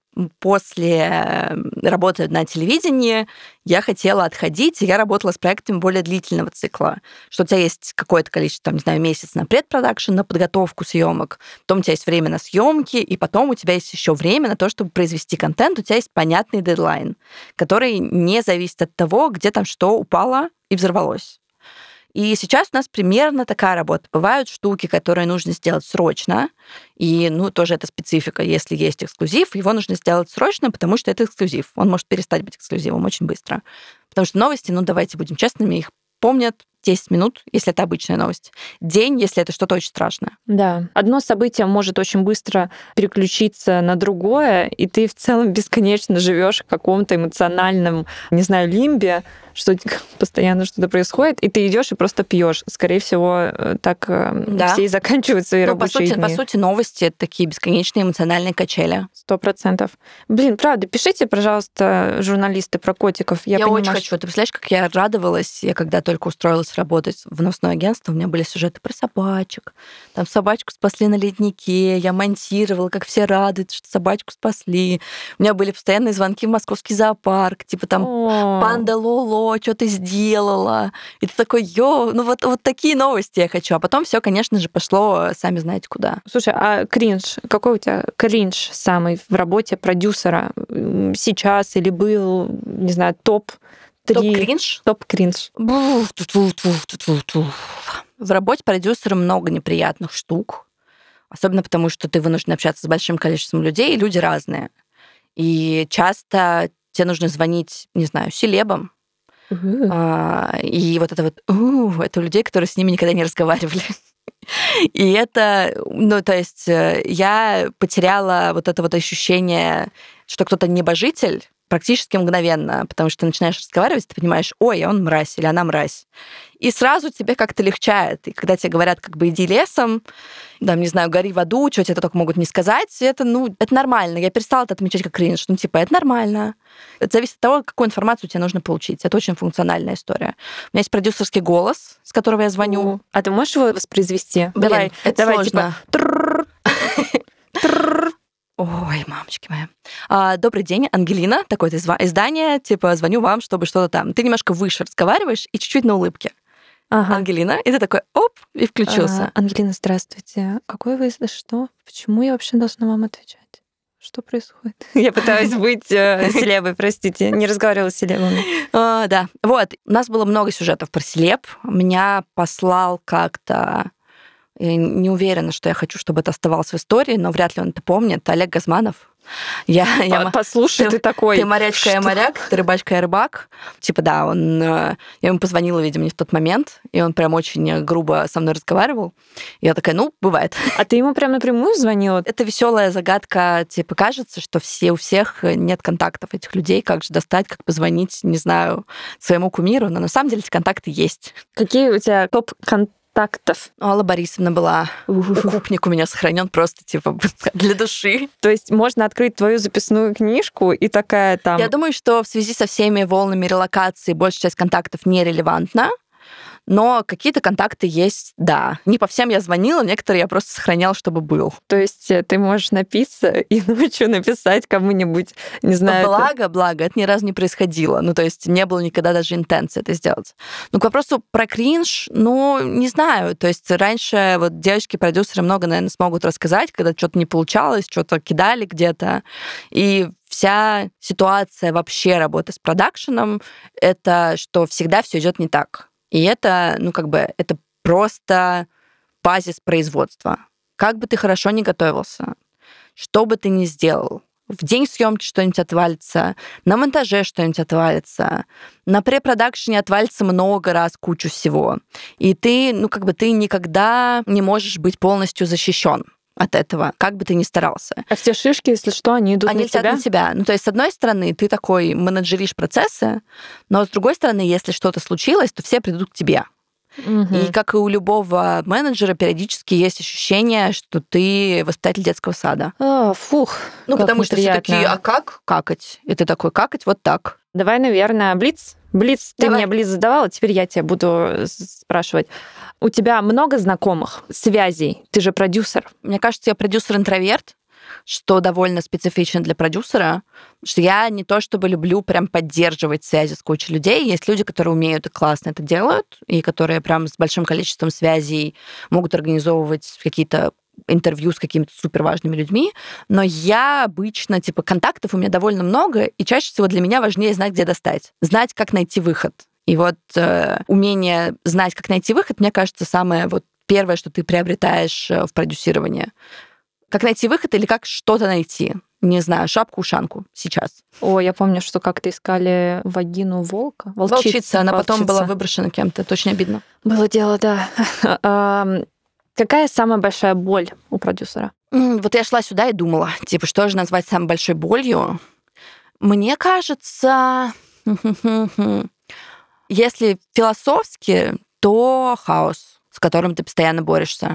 после работы на телевидении, я хотела отходить, и я работала с проектами более длительного цикла, что у тебя есть какое-то количество, там, не знаю, месяц на предпродакшн, на подготовку съемок, потом у тебя есть время на съемки, и потом у тебя есть еще время на то, чтобы произвести контент, у тебя есть понятный дедлайн, который не зависит от того, где там что упало и взорвалось. И сейчас у нас примерно такая работа. Бывают штуки, которые нужно сделать срочно, и, ну, тоже это специфика. Если есть эксклюзив, его нужно сделать срочно, потому что это эксклюзив. Он может перестать быть эксклюзивом очень быстро. Потому что новости, ну, давайте будем честными, их помнят десять минут, если это обычная новость. День, если это что-то очень страшное. Да. Одно событие может очень быстро переключиться на другое, и ты в целом бесконечно живешь в каком-то эмоциональном, не знаю, лимбе, что постоянно что-то происходит, и ты идешь и просто пьешь. Скорее всего, так да. все и заканчивают свои ну, рабочие по сути, дни. По сути, новости — это такие бесконечные эмоциональные качели. Сто процентов. Блин, правда, пишите, пожалуйста, журналисты, про котиков. Я, я понимаю, очень хочу. Ты представляешь, как я радовалась, я когда только устроилась работать в новостное агентство, у меня были сюжеты про собачек. Там собачку спасли на леднике, я монтировала, как все радуются, что собачку спасли. У меня были постоянные звонки в московский зоопарк, типа там О. панда Лоло, что ты сделала? И ты такой, йо, ну вот, вот такие новости я хочу. А потом все, конечно же, пошло сами знаете куда. Слушай, а кринж, какой у тебя кринж самый в работе продюсера сейчас или был, не знаю, топ? Топ-кринж? Топ-кринж. В работе продюсера много неприятных штук, особенно потому, что ты вынужден общаться с большим количеством людей, и люди разные. И часто тебе нужно звонить, не знаю, селебам, Uh-huh. А, и вот это вот, у, это у людей, которые с ними никогда не разговаривали. И это, ну, то есть я потеряла вот это вот ощущение, что кто-то небожитель практически мгновенно, потому что ты начинаешь разговаривать, ты понимаешь, ой, он мразь или она мразь. И сразу тебе как-то легчает. И когда тебе говорят, как бы, иди лесом, там, не знаю, гори в аду, что тебе только могут не сказать, это, ну, это нормально. Я перестала это отмечать как кринж. Ну, типа, это нормально. Это зависит от того, какую информацию тебе нужно получить. Это очень функциональная история. У меня есть продюсерский голос, с которого я звоню. А ты можешь его воспроизвести? Блин, давай, это давай, сложно. Типа... Ой, мамочки мои. А, добрый день, Ангелина, такое-то издание, типа, звоню вам, чтобы что-то там. Ты немножко выше разговариваешь и чуть-чуть на улыбке. Ага. Ангелина, и ты такой, оп, и включился. А, Ангелина, здравствуйте. Какой вы, что? Почему я вообще должна вам отвечать? Что происходит? Я пытаюсь быть селебой, простите, не разговаривала с селебами. А, да, вот, у нас было много сюжетов про селеб. Меня послал как-то... Я не уверена, что я хочу, чтобы это оставалось в истории, но вряд ли он это помнит. Олег Газманов. Я, я, Послушай, ты, ты такой... Ты морячка, я моряк, ты рыбачка, я рыбак. Типа, да, он... Я ему позвонила, видимо, не в тот момент, и он прям очень грубо со мной разговаривал. Я такая, ну, бывает. А ты ему прям напрямую звонила? Это веселая загадка. Типа, кажется, что все, у всех нет контактов этих людей. Как же достать, как позвонить, не знаю, своему кумиру. Но на самом деле эти контакты есть. Какие у тебя топ-контакты? Тактов. Алла Борисовна была. Укупник у меня сохранен просто, типа, для души. То есть можно открыть твою записную книжку и такая там... Я думаю, что в связи со всеми волнами релокации большая часть контактов нерелевантна, но какие-то контакты есть, да. Не по всем я звонила, некоторые я просто сохраняла, чтобы был. То есть ты можешь напиться и ночью написать кому-нибудь, не знаю... Благо, это... благо, это ни разу не происходило. Ну, то есть не было никогда даже интенции это сделать. Ну, к вопросу про кринж, ну, не знаю. То есть раньше вот девочки-продюсеры много, наверное, смогут рассказать, когда что-то не получалось, что-то кидали где-то. И вся ситуация вообще работы с продакшеном — это что всегда все идет не так. И это, ну, как бы, это просто базис производства. Как бы ты хорошо ни готовился, что бы ты ни сделал, в день съемки что-нибудь отвалится, на монтаже что-нибудь отвалится, на препродакшене отвалится много раз кучу всего. И ты, ну, как бы, ты никогда не можешь быть полностью защищен от этого, как бы ты ни старался. А все шишки, если что, они идут они на тебя? Они летят на тебя. Ну, то есть, с одной стороны, ты такой менеджеришь процессы, но с другой стороны, если что-то случилось, то все придут к тебе. Угу. И как и у любого менеджера, периодически есть ощущение, что ты воспитатель детского сада. А, фух, ну, потому неприятно. Что все такие, а как какать? И ты такой, какать вот так. Давай, наверное, блиц. Блиц, Давай. Ты мне блиц задавала, теперь я тебя буду спрашивать. У тебя много знакомых, связей? Ты же продюсер. Мне кажется, я продюсер-интроверт, что довольно специфично для продюсера, что я не то чтобы люблю прям поддерживать связи с кучей людей. Есть люди, которые умеют и классно это делают, и которые прям с большим количеством связей могут организовывать какие-то интервью с какими-то суперважными людьми, но я обычно, типа, контактов у меня довольно много, и чаще всего для меня важнее знать, где достать, знать, как найти выход. И вот э, умение знать, как найти выход, мне кажется, самое вот первое, что ты приобретаешь в продюсировании. Как найти выход или как что-то найти. Не знаю, шапку-ушанку сейчас. О, я помню, что как-то искали вагину волка. Волчица. Волчица. Она Волчица. потом была выброшена кем-то. Это очень обидно. Было дело, да. Какая самая большая боль у продюсера? Вот я шла сюда и думала, типа, что же назвать самой большой болью? Мне кажется, если философски, то хаос, с которым ты постоянно борешься.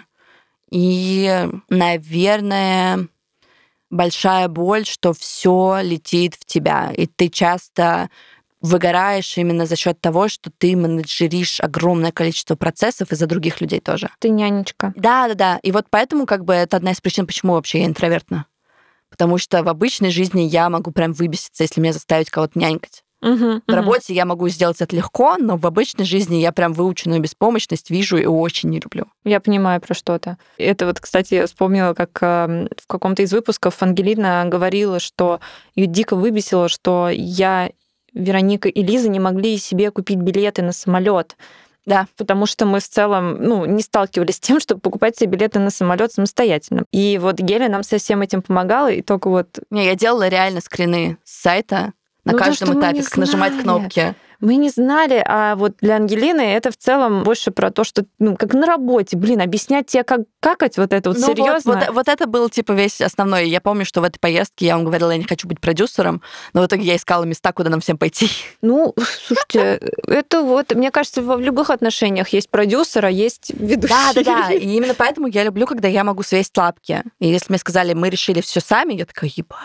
И, наверное, большая боль, что все летит в тебя, и ты часто выгораешь именно за счет того, что ты менеджеришь огромное количество процессов из-за других людей тоже. Ты нянечка. Да, да, да. И вот поэтому как бы это одна из причин, почему вообще я интровертна. Потому что в обычной жизни я могу прям выбеситься, если меня заставить кого-то нянькать. Uh-huh, в работе uh-huh. я могу сделать это легко, но в обычной жизни я прям выученную беспомощность вижу и очень не люблю. Я понимаю про что-то. Это вот, кстати, я вспомнила, как в каком-то из выпусков Ангелина говорила, что ее дико выбесило, что я, Вероника и Лиза не могли себе купить билеты на самолет. Да. Потому что мы в целом ну, не сталкивались с тем, чтобы покупать себе билеты на самолет самостоятельно. И вот Геля нам со всем этим помогала, и только вот... Не, я делала реально скрины с сайта, на ну, каждом то, этапе, как знали. Нажимать кнопки. Мы не знали, а вот для Ангелины это в целом больше про то, что, ну, как на работе, блин, объяснять тебе, как какать, вот это вот ну, серьезно. Вот, вот, вот это был, типа, весь основной. Я помню, что в этой поездке я вам говорила, я не хочу быть продюсером, но в итоге я искала места, куда нам всем пойти. Ну, слушайте, это вот, мне кажется, в любых отношениях есть продюсер, а есть ведущий. Да, да, да. И именно поэтому я люблю, когда я могу свесить лапки. И если мне сказали, мы решили все сами, я такая, ебать.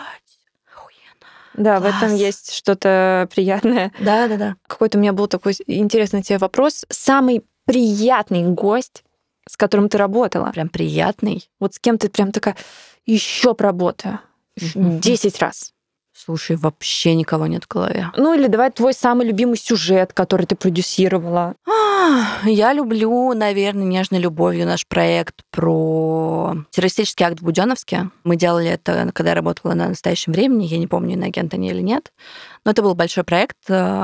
Да, Класс. В этом есть что-то приятное. Да, да, да. Какой-то у меня был такой интересный тебе вопрос. Самый приятный гость, с которым ты работала? Прям приятный? Вот с кем ты прям такая, еще поработаю. Десять раз. Слушай, вообще никого нет в голове. Ну или давай твой самый любимый сюжет, который ты продюсировала. Я люблю, наверное, «Нежной любовью» наш проект про террористический акт в Будённовске. Мы делали это, когда я работала на «Настоящем времени». Я не помню, на агент они или нет. Но это был большой проект,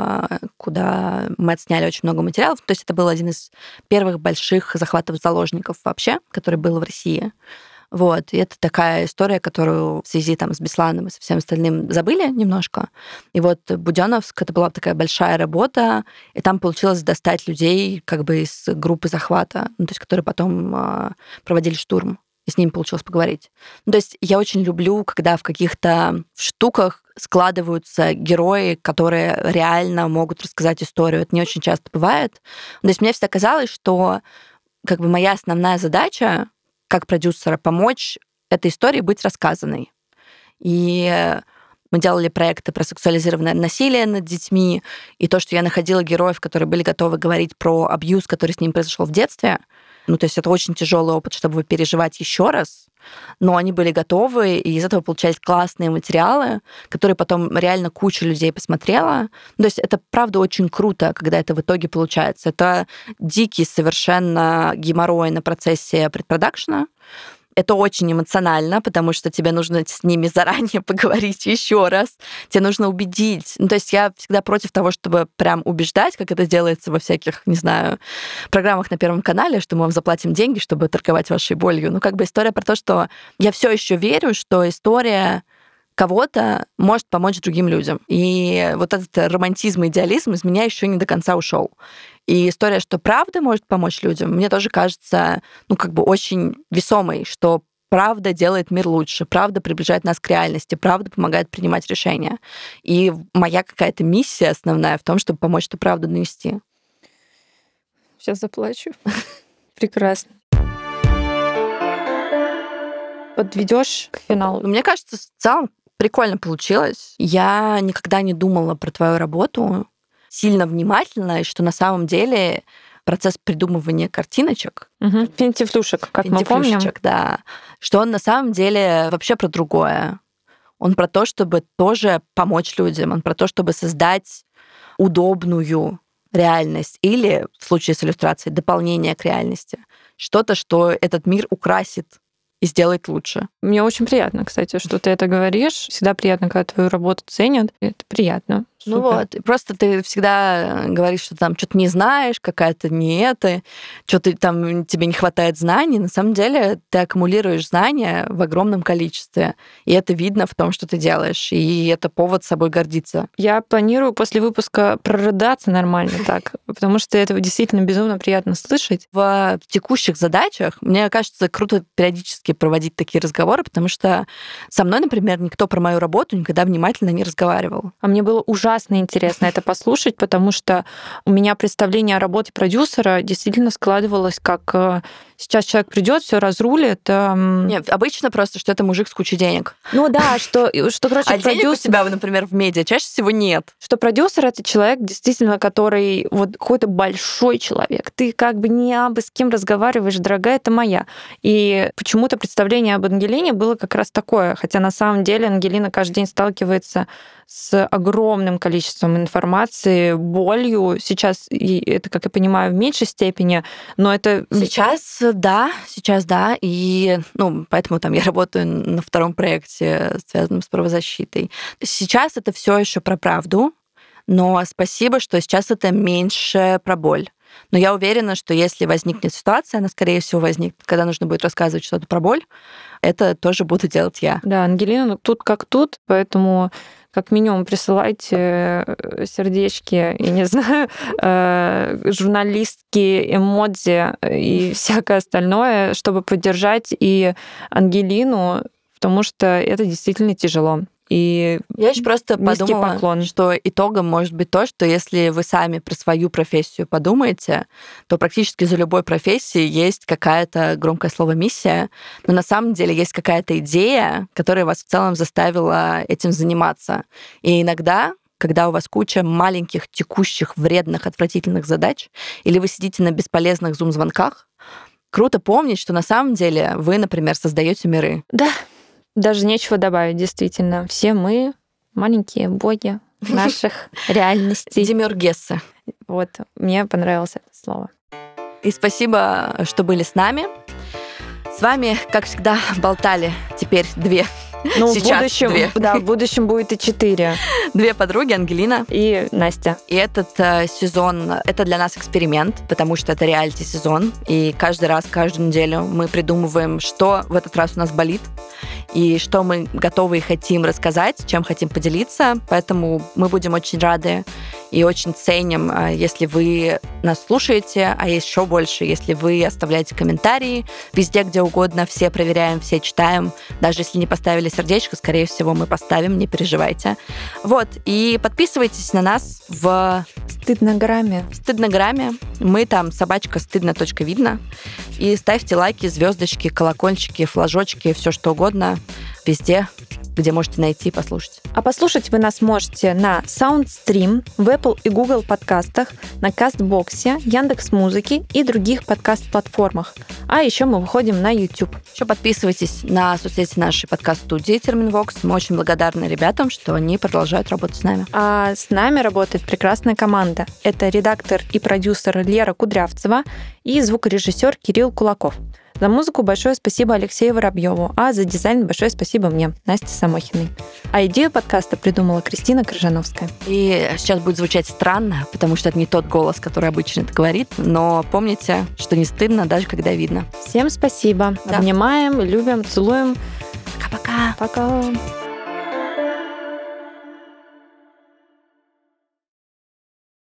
куда мы отсняли очень много материалов. То есть это был один из первых больших захватов заложников вообще, который был в России. Вот. И это такая история, которую в связи там, с Бесланом и со всем остальным забыли немножко. И вот Будённовск — это была такая большая работа, и там получилось достать людей как бы из группы захвата, ну, то есть которые потом э, проводили штурм, и с ними получилось поговорить. Ну, то есть я очень люблю, когда в каких-то штуках складываются герои, которые реально могут рассказать историю. Это не очень часто бывает. То есть мне всегда казалось, что как бы моя основная задача как продюсера помочь этой истории быть рассказанной. И мы делали проекты про сексуализированное насилие над детьми, и то, что я находила героев, которые были готовы говорить про абьюз, который с ним произошел в детстве. Ну, то есть это очень тяжелый опыт, чтобы его переживать еще раз. Но они были готовы, и из этого получались классные материалы, которые потом реально куча людей посмотрела. То есть это, правда, очень круто, когда это в итоге получается. Это дикий совершенно геморрой на процессе предпродакшена. Это очень эмоционально, потому что тебе нужно с ними заранее поговорить еще раз. Тебе нужно убедить. Ну, то есть я всегда против того, чтобы прям убеждать, как это делается во всяких, не знаю, программах на Первом канале, что мы вам заплатим деньги, чтобы торговать вашей болью. Ну, как бы история про то, что я все еще верю, что история кого-то может помочь другим людям. И вот этот романтизм и идеализм из меня еще не до конца ушел. И история, что правда может помочь людям, мне тоже кажется, ну, как бы очень весомой, что правда делает мир лучше, правда приближает нас к реальности, правда помогает принимать решения. И моя какая-то миссия основная в том, чтобы помочь эту правду донести. Сейчас заплачу. Прекрасно. Подведешь к финалу? Мне кажется, в целом прикольно получилось. Я никогда не думала про твою работу сильно внимательно, и что на самом деле процесс придумывания картиночек, угу. Финтифлюшек, как мы помним, да, что он на самом деле вообще про другое. Он про то, чтобы тоже помочь людям, он про то, чтобы создать удобную реальность или, в случае с иллюстрацией, дополнение к реальности. Что-то, что этот мир украсит и сделать лучше. Мне очень приятно, кстати, что ты это говоришь. Всегда приятно, когда твою работу ценят. Это приятно. Супер. Ну вот, и просто ты всегда говоришь, что там что-то не знаешь, какая-то не это, что-то там тебе не хватает знаний. На самом деле ты аккумулируешь знания в огромном количестве, и это видно в том, что ты делаешь, и это повод собой гордиться. Я планирую после выпуска прорыдаться нормально так, потому что это действительно безумно приятно слышать. В текущих задачах, мне кажется, круто периодически проводить такие разговоры, потому что со мной, например, никто про мою работу никогда внимательно не разговаривал. А мне было ужасно интересно это послушать, потому что у меня представление о работе продюсера действительно складывалось как сейчас человек придет, все разрулит. Нет, обычно просто, что это мужик с кучей денег. Ну да, что, что короче, а продюсер... денег у тебя, например, в медиа чаще всего нет. Что продюсер — это человек, действительно, который вот какой-то большой человек. Ты как бы не абы с кем разговариваешь, дорогая, это моя. И почему-то представление об Ангелине было как раз такое, хотя на самом деле Ангелина каждый день сталкивается с огромным количеством информации, болью. Сейчас, и это, как я понимаю, в меньшей степени, но это... Сейчас да, сейчас да. И ну, поэтому там я работаю на втором проекте, связанном с правозащитой. Сейчас это все еще про правду, но спасибо, что сейчас это меньше про боль. Но я уверена, что если возникнет ситуация, она, скорее всего, возникнет, когда нужно будет рассказывать что-то про боль, это тоже буду делать я. Да, Ангелина, ну, тут как тут, поэтому как минимум присылайте сердечки, я не знаю, журналистки, эмодзи и всякое остальное, чтобы поддержать и Ангелину, потому что это действительно тяжело. И я еще просто подумала, поклон. Что итогом может быть то, что если вы сами про свою профессию подумаете, то практически за любой профессией есть какая-то, громкое слово, миссия, но на самом деле есть какая-то идея, которая вас в целом заставила этим заниматься. И иногда, когда у вас куча маленьких, текущих, вредных, отвратительных задач, или вы сидите на бесполезных зум-звонках, круто помнить, что на самом деле вы, например, создаете миры. Да. Даже нечего добавить, действительно. Все мы маленькие боги наших реальностей. Демиургессы. Вот, мне понравилось это слово. И спасибо, что были с нами. С вами, как всегда, болтали теперь две Ну, Сейчас в будущем, две. Да, в будущем будет и четыре. Две подруги, Ангелина и Настя. И этот э, сезон, это для нас эксперимент, потому что это реалити-сезон, и каждый раз, каждую неделю мы придумываем, что в этот раз у нас болит, и что мы готовы и хотим рассказать, чем хотим поделиться. Поэтому мы будем очень рады и очень ценим, если вы нас слушаете, а еще больше, если вы оставляете комментарии везде, где угодно. Все проверяем, все читаем. Даже если не поставили сердечко, скорее всего, мы поставим, не переживайте. Вот, и подписывайтесь на нас в Стыднограмме. Стыднограмме. Мы там собачка стыдно.видно. И ставьте лайки, звездочки, колокольчики, флажочки, все что угодно, везде, где можете найти и послушать. А послушать вы нас можете на SoundStream, в Apple и Google подкастах, на Кастбоксе, Яндекс.Музыке и других подкаст-платформах. А еще мы выходим на YouTube. Еще подписывайтесь на соцсети нашей подкаст-студии Терминвокс. Мы очень благодарны ребятам, что они продолжают работать с нами. А с нами работает прекрасная команда. Это редактор и продюсер Лера Кудрявцева и звукорежиссер Кирилл Кулаков. За музыку большое спасибо Алексею Воробьеву, а за дизайн большое спасибо мне, Насте Самохиной. А идею подкаста придумала Кристина Крыжановская. И сейчас будет звучать странно, потому что это не тот голос, который обычно это говорит, но помните, что не стыдно, даже когда видно. Всем спасибо. Да. Обнимаем, любим, целуем. Пока-пока. Пока.